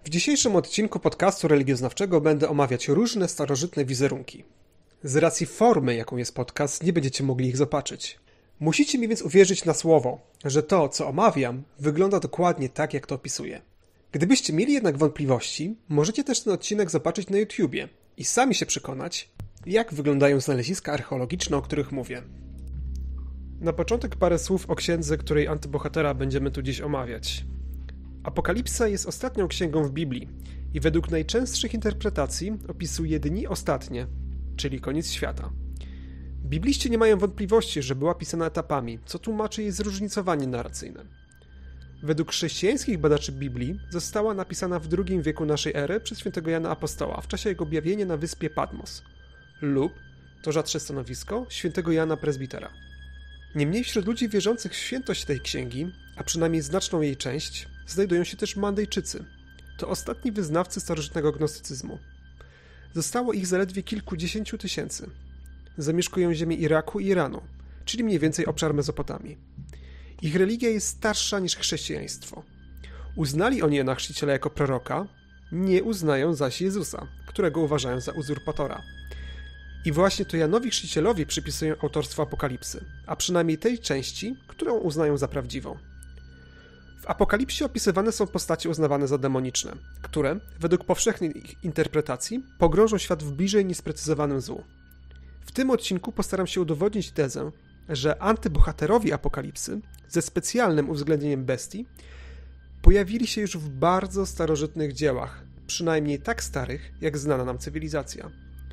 W dzisiejszym odcinku podcastu religioznawczego będę omawiać różne starożytne wizerunki. Z racji formy, jaką jest podcast, nie będziecie mogli ich zobaczyć. Musicie mi więc uwierzyć na słowo, że to, co omawiam, wygląda dokładnie tak, jak to opisuję. Gdybyście mieli jednak wątpliwości, możecie też ten odcinek zobaczyć na YouTubie i sami się przekonać, jak wyglądają znaleziska archeologiczne, o których mówię. Na początek parę słów o księdze, której antybohatera będziemy tu dziś omawiać. Apokalipsa jest ostatnią księgą w Biblii i według najczęstszych interpretacji opisuje dni ostatnie, czyli koniec świata. Bibliści nie mają wątpliwości, że była pisana etapami, co tłumaczy jej zróżnicowanie narracyjne. Według chrześcijańskich badaczy Biblii została napisana w II wieku naszej ery przez świętego Jana Apostoła w czasie jego objawienia na wyspie Patmos lub, to rzadsze stanowisko, świętego Jana Prezbitera. Niemniej wśród ludzi wierzących w świętość tej księgi, a przynajmniej znaczną jej część, znajdują się też Mandejczycy. To ostatni wyznawcy starożytnego gnostycyzmu. Zostało ich zaledwie kilkudziesięciu tysięcy. Zamieszkują ziemię Iraku i Iranu, czyli mniej więcej obszar Mezopotamii. Ich religia jest starsza niż chrześcijaństwo. Uznali oni Jana Chrzciciela jako proroka, nie uznają zaś Jezusa, którego uważają za uzurpatora. I właśnie to Janowi Chrzcicielowi przypisują autorstwo Apokalipsy, a przynajmniej tej części, którą uznają za prawdziwą. W Apokalipsie opisywane są postacie uznawane za demoniczne, które, według powszechnych interpretacji, pogrążą świat w bliżej niesprecyzowanym złu. W tym odcinku postaram się udowodnić tezę, że antybohaterowi Apokalipsy, ze specjalnym uwzględnieniem bestii, pojawili się już w bardzo starożytnych dziełach, przynajmniej tak starych, jak znana nam cywilizacja.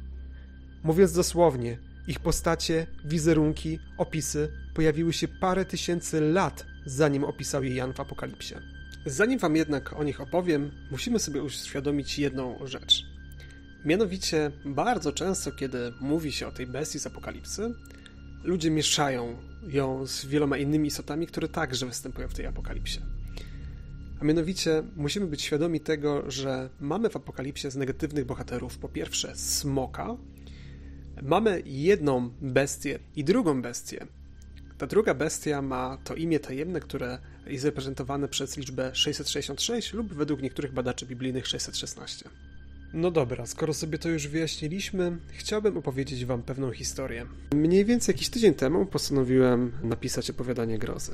Mówiąc dosłownie, ich postacie, wizerunki, opisy pojawiły się parę tysięcy lat, zanim opisał je Jan w Apokalipsie. Zanim wam jednak o nich opowiem, musimy sobie uświadomić jedną rzecz. Mianowicie, bardzo często, kiedy mówi się o tej bestii z Apokalipsy, ludzie mieszają ją z wieloma innymi istotami, które także występują w tej Apokalipsie. A mianowicie, musimy być świadomi tego, że mamy w Apokalipsie z negatywnych bohaterów po pierwsze smoka, mamy jedną bestię i drugą bestię. Ta druga bestia ma to imię tajemne, które jest reprezentowane przez liczbę 666 lub według niektórych badaczy biblijnych 616. No dobra, skoro sobie to już wyjaśniliśmy, chciałbym opowiedzieć wam pewną historię. Mniej więcej jakiś tydzień temu postanowiłem napisać opowiadanie grozy.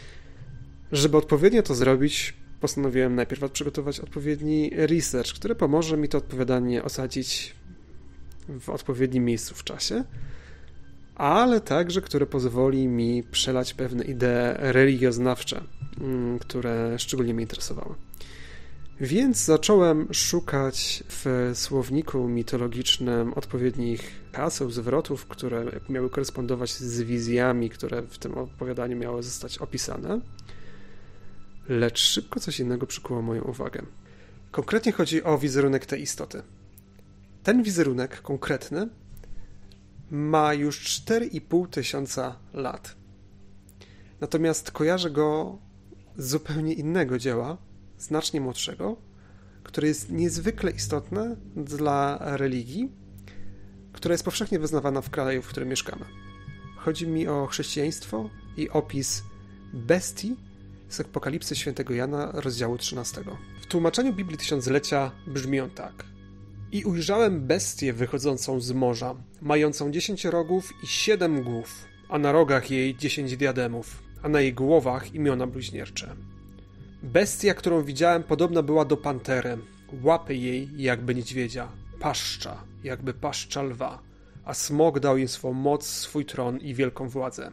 Żeby odpowiednio to zrobić, postanowiłem najpierw przygotować odpowiedni research, który pomoże mi to opowiadanie osadzić w odpowiednim miejscu w czasie, ale także, które pozwoli mi przelać pewne idee religioznawcze, które szczególnie mnie interesowały. Więc zacząłem szukać w słowniku mitologicznym odpowiednich haseł, zwrotów, które miały korespondować z wizjami, które w tym opowiadaniu miały zostać opisane, lecz szybko coś innego przykuło moją uwagę. Konkretnie chodzi o wizerunek tej istoty. Ten wizerunek konkretny ma już 4,5 tysiąca lat. Natomiast kojarzę go z zupełnie innego dzieła, znacznie młodszego, które jest niezwykle istotne dla religii, która jest powszechnie wyznawana w kraju, w którym mieszkamy. Chodzi mi o chrześcijaństwo i opis bestii z Apokalipsy świętego Jana, rozdziału 13. W tłumaczeniu Biblii Tysiąclecia brzmi on tak. I ujrzałem bestię wychodzącą z morza, mającą 10 rogów i 7 głów, a na rogach jej 10 diademów, a na jej głowach imiona bluźniercze. Bestia, którą widziałem, podobna była do pantery, łapy jej jakby niedźwiedzia, paszcza jakby paszcza lwa, a smok dał im swą moc, swój tron i wielką władzę.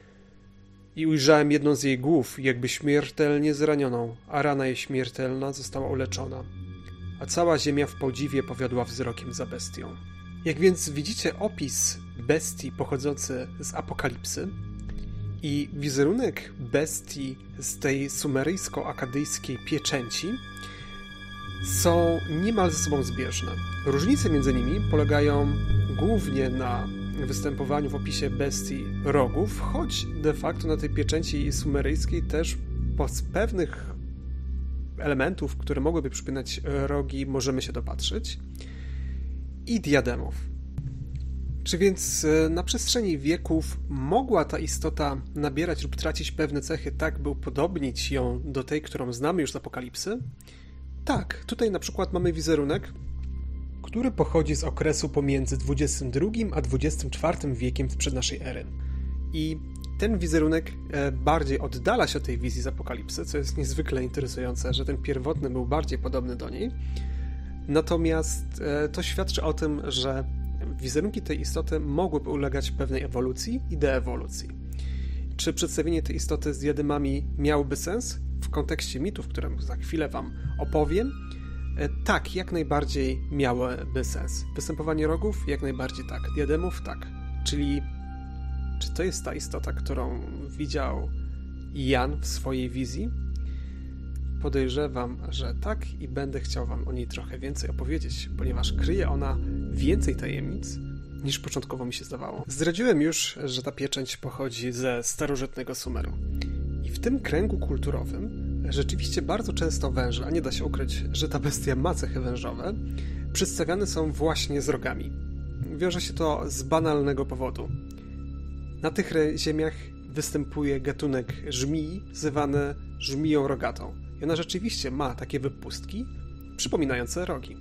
I ujrzałem jedną z jej głów, jakby śmiertelnie zranioną, a rana jej śmiertelna została uleczona. A cała ziemia w podziwie powiodła wzrokiem za bestią. Jak więc widzicie opis bestii pochodzący z Apokalipsy i wizerunek bestii z tej sumeryjsko-akadyjskiej pieczęci są niemal ze sobą zbieżne. Różnice między nimi polegają głównie na występowaniu w opisie bestii rogów, choć de facto na tej pieczęci sumeryjskiej też z pewnych elementów, które mogłyby przypominać rogi, możemy się dopatrzyć, i diademów. Czy więc na przestrzeni wieków mogła ta istota nabierać lub tracić pewne cechy tak, by upodobnić ją do tej, którą znamy już z Apokalipsy? Tak, tutaj na przykład mamy wizerunek, który pochodzi z okresu pomiędzy XXI a XXIV wiekiem przed naszej ery. I ten wizerunek bardziej oddala się od tej wizji z Apokalipsy, co jest niezwykle interesujące, że ten pierwotny był bardziej podobny do niej. Natomiast to świadczy o tym, że wizerunki tej istoty mogłyby ulegać pewnej ewolucji i deewolucji. Czy przedstawienie tej istoty z diademami miałoby sens? W kontekście mitów, które za chwilę wam opowiem, tak, jak najbardziej miałoby sens. Występowanie rogów? Jak najbardziej tak. Diademów? Tak. Czyli czy to jest ta istota, którą widział Jan w swojej wizji? Podejrzewam, że tak i będę chciał wam o niej trochę więcej opowiedzieć, ponieważ kryje ona więcej tajemnic, niż początkowo mi się zdawało. Zdradziłem już, że ta pieczęć pochodzi ze starożytnego Sumeru. I w tym kręgu kulturowym rzeczywiście bardzo często węże, a nie da się ukryć, że ta bestia ma cechy wężowe, przedstawiane są właśnie z rogami. Wiąże się to z banalnego powodu. Na tych ziemiach występuje gatunek żmii, zwany żmiją rogatą. I ona rzeczywiście ma takie wypustki przypominające rogi.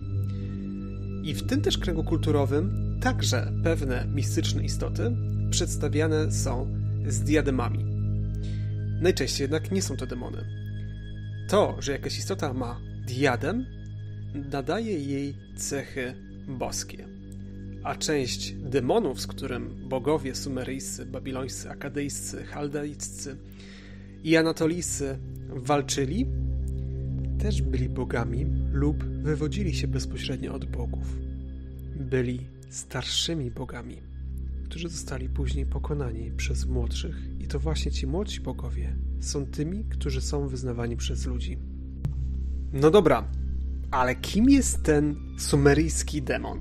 I w tym też kręgu kulturowym także pewne mistyczne istoty przedstawiane są z diademami. Najczęściej jednak nie są to demony. To, że jakaś istota ma diadem, nadaje jej cechy boskie. A część demonów, z którym bogowie sumeryjscy, babilońscy, akadejscy, chaldejscy i anatolijscy walczyli, też byli bogami lub wywodzili się bezpośrednio od bogów. Byli starszymi bogami, którzy zostali później pokonani przez młodszych i to właśnie ci młodsi bogowie są tymi, którzy są wyznawani przez ludzi. No dobra, ale kim jest ten sumeryjski demon?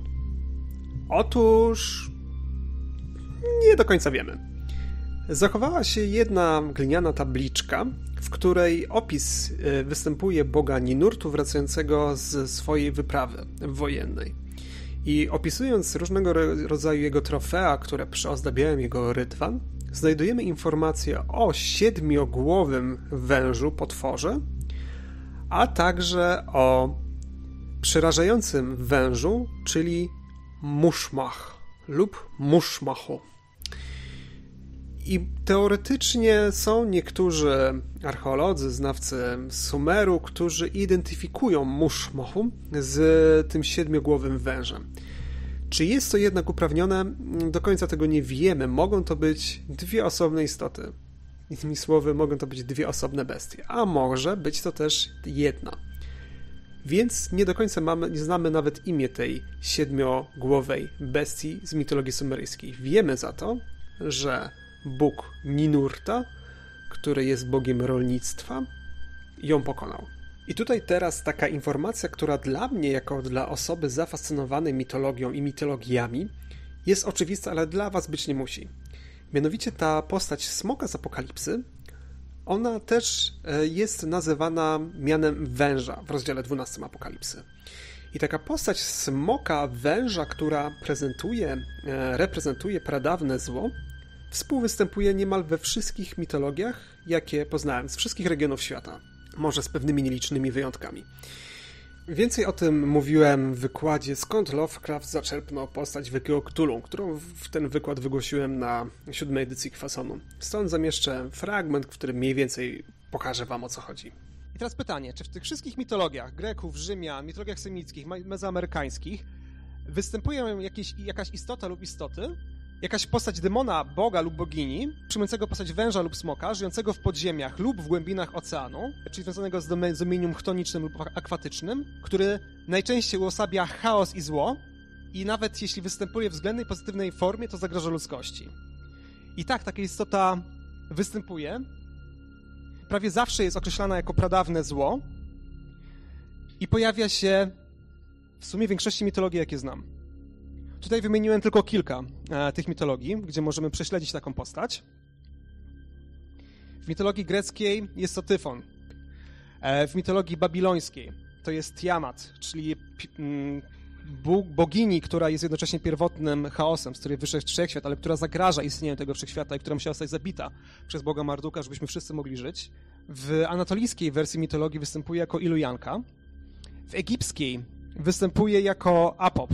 Otóż nie do końca wiemy. Zachowała się jedna gliniana tabliczka, w której opis występuje boga Ninurtu wracającego z swojej wyprawy wojennej. I opisując różnego rodzaju jego trofea, które przyozdabiają jego rydwan, znajdujemy informacje o 7-głowym wężu, potworze, a także o przerażającym wężu, czyli muszmach lub muszmachu. I teoretycznie są niektórzy archeolodzy, znawcy Sumeru, którzy identyfikują muszmachu z tym 7-głowym wężem. Czy jest to jednak uprawnione? Do końca tego nie wiemy. Mogą to być dwie osobne istoty. Innymi słowy, mogą to być dwie osobne bestie. A może być to też jedna. Więc nie do końca nie znamy nawet imię tej 7-głowej bestii z mitologii sumeryjskiej. Wiemy za to, że Bóg Ninurta, który jest bogiem rolnictwa, ją pokonał. I tutaj teraz taka informacja, która dla mnie, jako dla osoby zafascynowanej mitologią i mitologiami, jest oczywista, ale dla was być nie musi. Mianowicie ta postać smoka z Apokalipsy, ona też jest nazywana mianem węża w rozdziale 12 Apokalipsy. I taka postać smoka, węża, która reprezentuje pradawne zło, współwystępuje niemal we wszystkich mitologiach, jakie poznałem, z wszystkich regionów świata. Może z pewnymi nielicznymi wyjątkami. Więcej o tym mówiłem w wykładzie Skąd Lovecraft zaczerpnął postać Wielkiego Cthulhu, którą w ten wykład wygłosiłem na 7. edycji Kwasonu. Stąd zamieszczę fragment, w którym mniej więcej pokażę wam, o co chodzi. I teraz pytanie, czy w tych wszystkich mitologiach Greków, Rzymian, mitologiach semickich, mezoamerykańskich występuje jakaś istota lub istoty, jakaś postać demona, boga lub bogini, przyjmującego postać węża lub smoka, żyjącego w podziemiach lub w głębinach oceanu, czyli związanego z dominium chtonicznym lub akwatycznym, który najczęściej uosabia chaos i zło i nawet jeśli występuje w względnej pozytywnej formie, to zagraża ludzkości. I tak, taka istota występuje. Prawie zawsze jest określana jako pradawne zło i pojawia się w sumie w większości mitologii, jakie znam. Tutaj wymieniłem tylko kilka tych mitologii, gdzie możemy prześledzić taką postać. W mitologii greckiej jest to Tyfon. W mitologii babilońskiej to jest Tiamat, czyli bogini, która jest jednocześnie pierwotnym chaosem, z której wyszedł wszechświat, ale która zagraża istnieniu tego wszechświata i która musiała zostać zabita przez boga Marduka, żebyśmy wszyscy mogli żyć. W anatolijskiej wersji mitologii występuje jako Ilujanka. w egipskiej występuje jako Apop.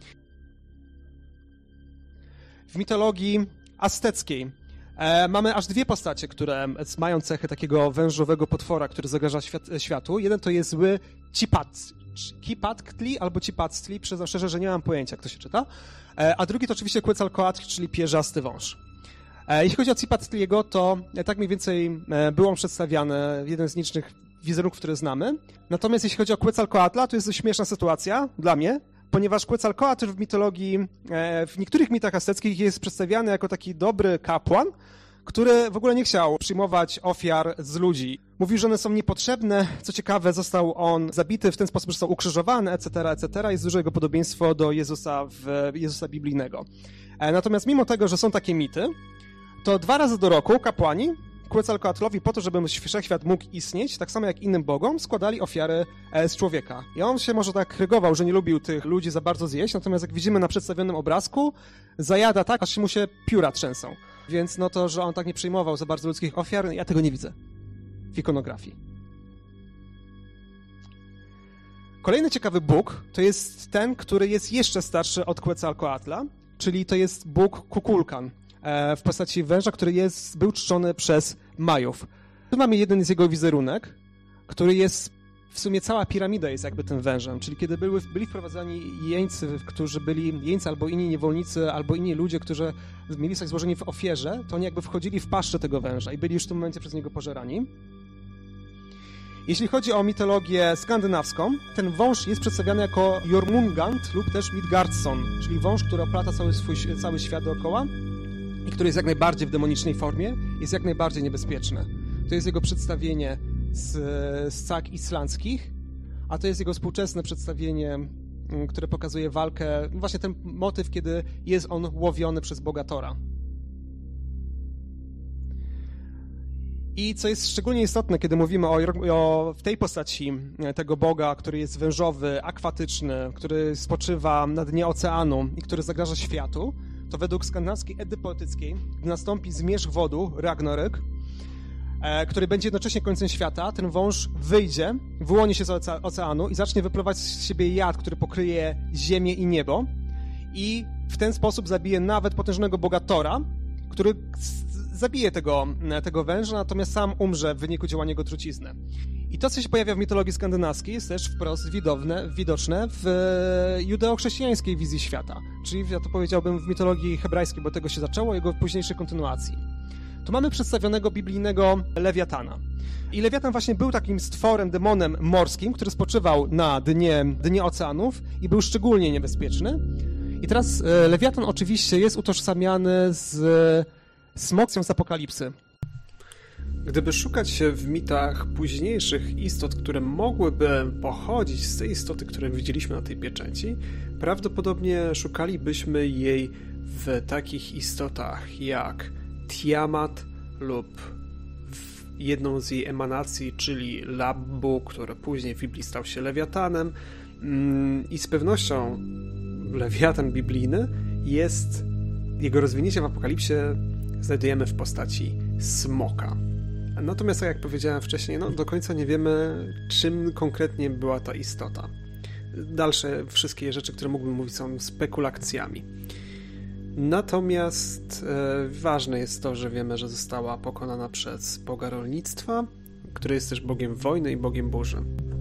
W mitologii azteckiej mamy aż dwie postacie, które mają cechy takiego wężowego potwora, który zagraża światu. Jeden to jest zły Cipatkli albo Cipackli, przyznam szczerze, że nie mam pojęcia, jak to się czyta. A drugi to oczywiście Quetzalcoatl, czyli pierzasty wąż. Jeśli chodzi o Cipackliego, to tak mniej więcej był on przedstawiany w jeden z licznych wizerunków, które znamy. Natomiast jeśli chodzi o Quetzalcoatla, to jest dość śmieszna sytuacja dla mnie, ponieważ Quetzalcoatl w mitologii, w niektórych mitach azteckich jest przedstawiany jako taki dobry kapłan, który w ogóle nie chciał przyjmować ofiar z ludzi. Mówił, że one są niepotrzebne. Co ciekawe, został on zabity w ten sposób, że został ukrzyżowany, etc., etc. Jest duże jego podobieństwo do Jezusa biblijnego. Natomiast mimo tego, że są takie mity, to 2 razy do roku kapłani Quetzalcoatlowi po to, żeby wszechświat mógł istnieć, tak samo jak innym bogom, składali ofiary z człowieka. I on się może tak rygował, że nie lubił tych ludzi za bardzo zjeść, natomiast jak widzimy na przedstawionym obrazku, zajada tak, aż mu się pióra trzęsą. Więc no to, że on tak nie przyjmował za bardzo ludzkich ofiar, ja tego nie widzę w ikonografii. Kolejny ciekawy bóg to jest ten, który jest jeszcze starszy od Quetzalcoatla, czyli to jest bóg Kukulkan w postaci węża, który był czczony przez Majów. Tu mamy jeden z jego wizerunek, który jest, w sumie cała piramida jest jakby tym wężem, czyli kiedy byli wprowadzani jeńcy albo inni niewolnicy, albo inni ludzie, którzy mieli zostać złożeni w ofierze, to oni jakby wchodzili w paszczę tego węża i byli już w tym momencie przez niego pożerani. Jeśli chodzi o mitologię skandynawską, ten wąż jest przedstawiany jako Jormungand lub też Midgardsson, czyli wąż, który oplata cały świat dookoła i który jest jak najbardziej w demonicznej formie, jest jak najbardziej niebezpieczny. To jest jego przedstawienie z sag islandzkich, a to jest jego współczesne przedstawienie, które pokazuje walkę, właśnie ten motyw, kiedy jest on łowiony przez boga Tora. I co jest szczególnie istotne, kiedy mówimy w tej postaci tego boga, który jest wężowy, akwatyczny, który spoczywa na dnie oceanu i który zagraża światu, to według skandynawskiej Eddy poetyckiej, gdy nastąpi zmierzch wodu, Ragnarök, który będzie jednocześnie końcem świata, ten wąż wyjdzie, wyłoni się z oceanu i zacznie wypluwać z siebie jad, który pokryje ziemię i niebo i w ten sposób zabije nawet potężnego boga Tora, który zabije tego węża, natomiast sam umrze w wyniku działania jego trucizny. I to, co się pojawia w mitologii skandynawskiej, jest też wprost widoczne w judeo-chrześcijańskiej wizji świata. Czyli, ja to powiedziałbym, w mitologii hebrajskiej, bo tego się zaczęło, jego późniejszej kontynuacji. Tu mamy przedstawionego biblijnego Lewiatana. I Lewiatan właśnie był takim stworem, demonem morskim, który spoczywał na dnie oceanów i był szczególnie niebezpieczny. I teraz Lewiatan oczywiście jest utożsamiany z smokiem z Apokalipsy. Gdyby szukać się w mitach późniejszych istot, które mogłyby pochodzić z tej istoty, którą widzieliśmy na tej pieczęci, prawdopodobnie szukalibyśmy jej w takich istotach jak Tiamat lub w jedną z jej emanacji, czyli Labbu, który później w Biblii stał się Lewiatanem. I z pewnością Lewiatan biblijny jest, jego rozwinięcie w Apokalipsie znajdujemy w postaci smoka. Natomiast, jak powiedziałem wcześniej, do końca nie wiemy, czym konkretnie była ta istota. Dalsze wszystkie rzeczy, które mógłbym mówić, są spekulacjami. Natomiast ważne jest to, że wiemy, że została pokonana przez Boga rolnictwa, który jest też Bogiem wojny i Bogiem burzy.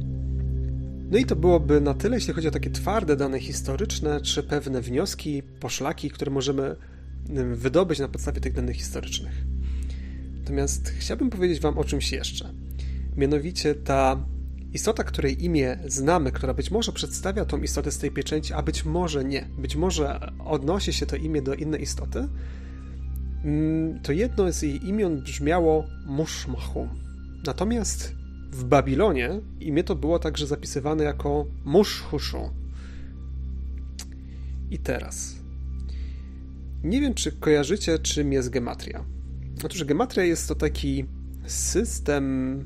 No i to byłoby na tyle, jeśli chodzi o takie twarde dane historyczne, czy pewne wnioski, poszlaki, które możemy wydobyć na podstawie tych danych historycznych. Natomiast chciałbym powiedzieć wam o czymś jeszcze. Mianowicie ta istota, której imię znamy, która być może przedstawia tą istotę z tej pieczęci, a być może nie. Być może odnosi się to imię do innej istoty. To jedno z jej imion brzmiało Muszmachu. Natomiast w Babilonie imię to było także zapisywane jako Mushushu. I teraz nie wiem, czy kojarzycie, czym jest gematria. Otóż gematria jest to taki system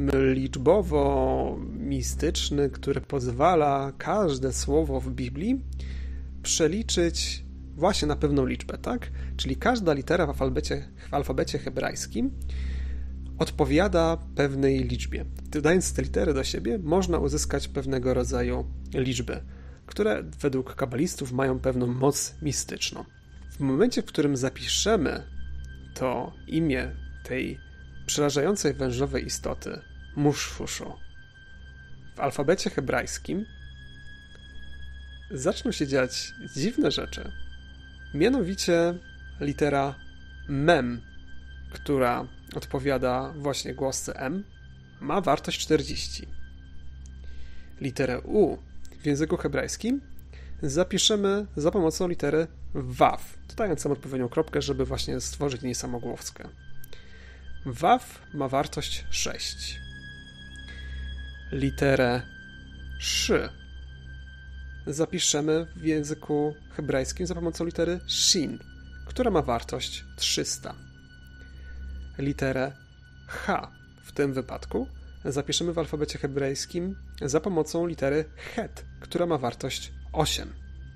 liczbowo-mistyczny, który pozwala każde słowo w Biblii przeliczyć właśnie na pewną liczbę, tak? Czyli każda litera w alfabecie hebrajskim odpowiada pewnej liczbie. Dodając te litery do siebie, można uzyskać pewnego rodzaju liczby, które według kabalistów mają pewną moc mistyczną. W momencie, w którym zapiszemy to imię tej przerażającej wężowej istoty, Mushfushu, w alfabecie hebrajskim, zaczną się dziać dziwne rzeczy. Mianowicie litera Mem, która odpowiada właśnie głosce M, ma wartość 40. Literę U w języku hebrajskim zapiszemy za pomocą litery Waw, dodając sam odpowiednią kropkę, żeby właśnie stworzyć niesamogłoskę. Waw ma wartość 6. Literę Szy zapiszemy w języku hebrajskim za pomocą litery Shin, która ma wartość 300. Literę H w tym wypadku zapiszemy w alfabecie hebrajskim za pomocą litery Het, która ma wartość 8.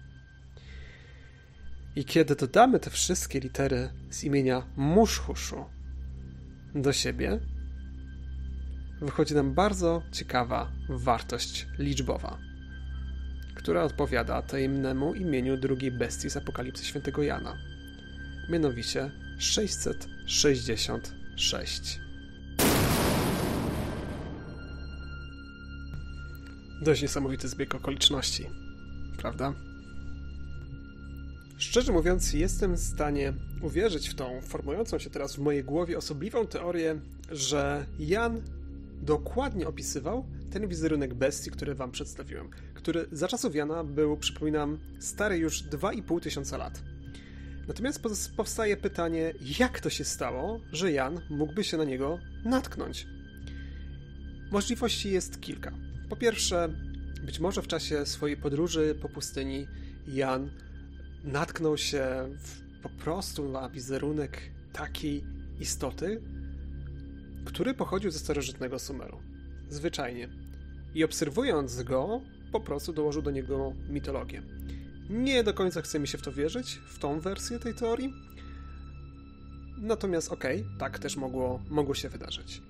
I kiedy dodamy te wszystkie litery z imienia Mushfushu do siebie, wychodzi nam bardzo ciekawa wartość liczbowa, która odpowiada tajemnemu imieniu drugiej bestii z Apokalipsy Świętego Jana, mianowicie 666. Dość niesamowity zbieg okoliczności, prawda? Szczerze mówiąc, jestem w stanie uwierzyć w tą formującą się teraz w mojej głowie osobliwą teorię, że Jan dokładnie opisywał ten wizerunek bestii, który wam przedstawiłem, który za czasów Jana był, przypominam, stary już 2500 lat. Natomiast powstaje pytanie, jak to się stało, że Jan mógłby się na niego natknąć? Możliwości jest kilka. Po pierwsze, być może w czasie swojej podróży po pustyni Jan natknął się po prostu na wizerunek takiej istoty, który pochodził ze starożytnego Sumeru. Zwyczajnie. I obserwując go, po prostu dołożył do niego mitologię. Nie do końca chce mi się w to wierzyć, w tą wersję tej teorii. Natomiast tak też mogło się wydarzyć.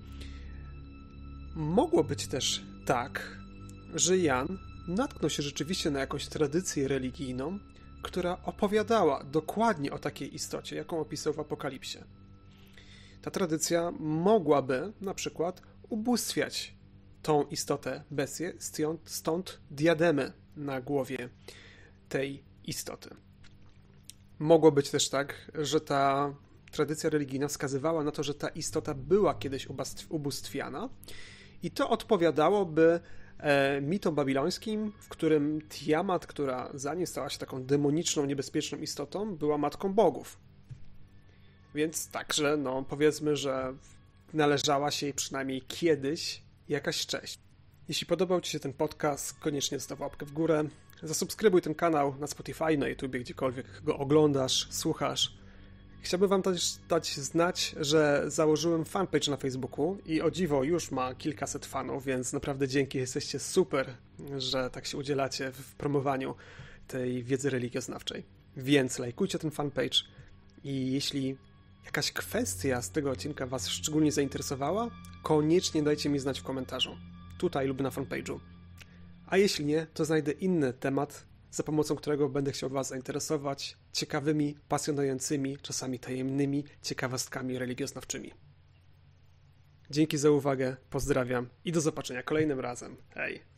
Mogło być też tak, że Jan natknął się rzeczywiście na jakąś tradycję religijną, która opowiadała dokładnie o takiej istocie, jaką opisał w Apokalipsie. Ta tradycja mogłaby na przykład ubóstwiać tą istotę, bestię, stąd diademy na głowie tej istoty. Mogło być też tak, że ta tradycja religijna wskazywała na to, że ta istota była kiedyś ubóstwiana i to odpowiadałoby mitom babilońskim, w którym Tiamat, która zanim stała się taką demoniczną, niebezpieczną istotą, była matką bogów. Więc także, powiedzmy, że należała się jej przynajmniej kiedyś jakaś cześć. Jeśli podobał ci się ten podcast, koniecznie zostaw łapkę w górę. Zasubskrybuj ten kanał na Spotify, na YouTube, gdziekolwiek go oglądasz, słuchasz. Chciałbym wam też dać znać, że założyłem fanpage na Facebooku i o dziwo już ma kilkaset fanów, więc naprawdę dzięki, jesteście super, że tak się udzielacie w promowaniu tej wiedzy religioznawczej. Więc lajkujcie ten fanpage i jeśli jakaś kwestia z tego odcinka was szczególnie zainteresowała, koniecznie dajcie mi znać w komentarzu, tutaj lub na fanpage'u. A jeśli nie, to znajdę inny temat, za pomocą którego będę chciał was zainteresować ciekawymi, pasjonującymi, czasami tajemnymi ciekawostkami religioznawczymi. Dzięki za uwagę, pozdrawiam i do zobaczenia kolejnym razem. Hej!